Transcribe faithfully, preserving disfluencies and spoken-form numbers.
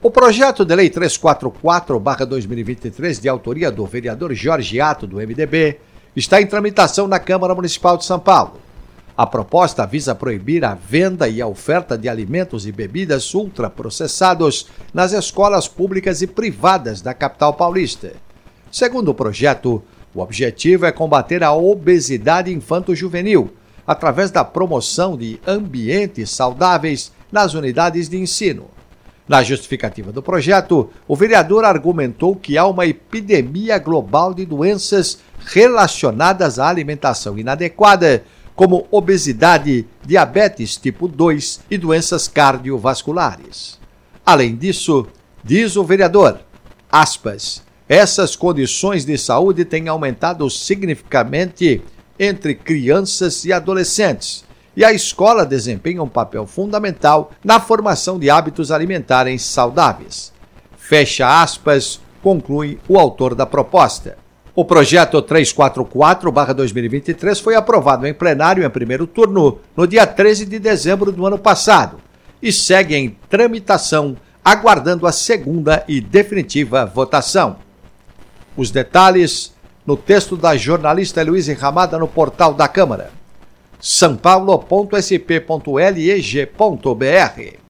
O projeto de lei trezentos e quarenta e quatro barra dois mil e vinte e três, de autoria do vereador Jorge Ato, do M D B, está em tramitação na Câmara Municipal de São Paulo. A proposta visa proibir a venda e a oferta de alimentos e bebidas ultraprocessados nas escolas públicas e privadas da capital paulista. Segundo o projeto, o objetivo é combater a obesidade infanto-juvenil, através da promoção de ambientes saudáveis nas unidades de ensino. Na justificativa do projeto, o vereador argumentou que há uma epidemia global de doenças relacionadas à alimentação inadequada, como obesidade, diabetes tipo dois e doenças cardiovasculares. Além disso, diz o vereador, aspas, essas condições de saúde têm aumentado significativamente entre crianças e adolescentes, e a escola desempenha um papel fundamental na formação de hábitos alimentares saudáveis. Fecha aspas, conclui o autor da proposta. O projeto trezentos e quarenta e quatro barra dois mil e vinte e três foi aprovado em plenário em primeiro turno no dia treze de dezembro do ano passado e segue em tramitação, aguardando a segunda e definitiva votação. Os detalhes no texto da jornalista Heloísa Ramada no portal da Câmara. são paulo ponto s p ponto leg ponto b r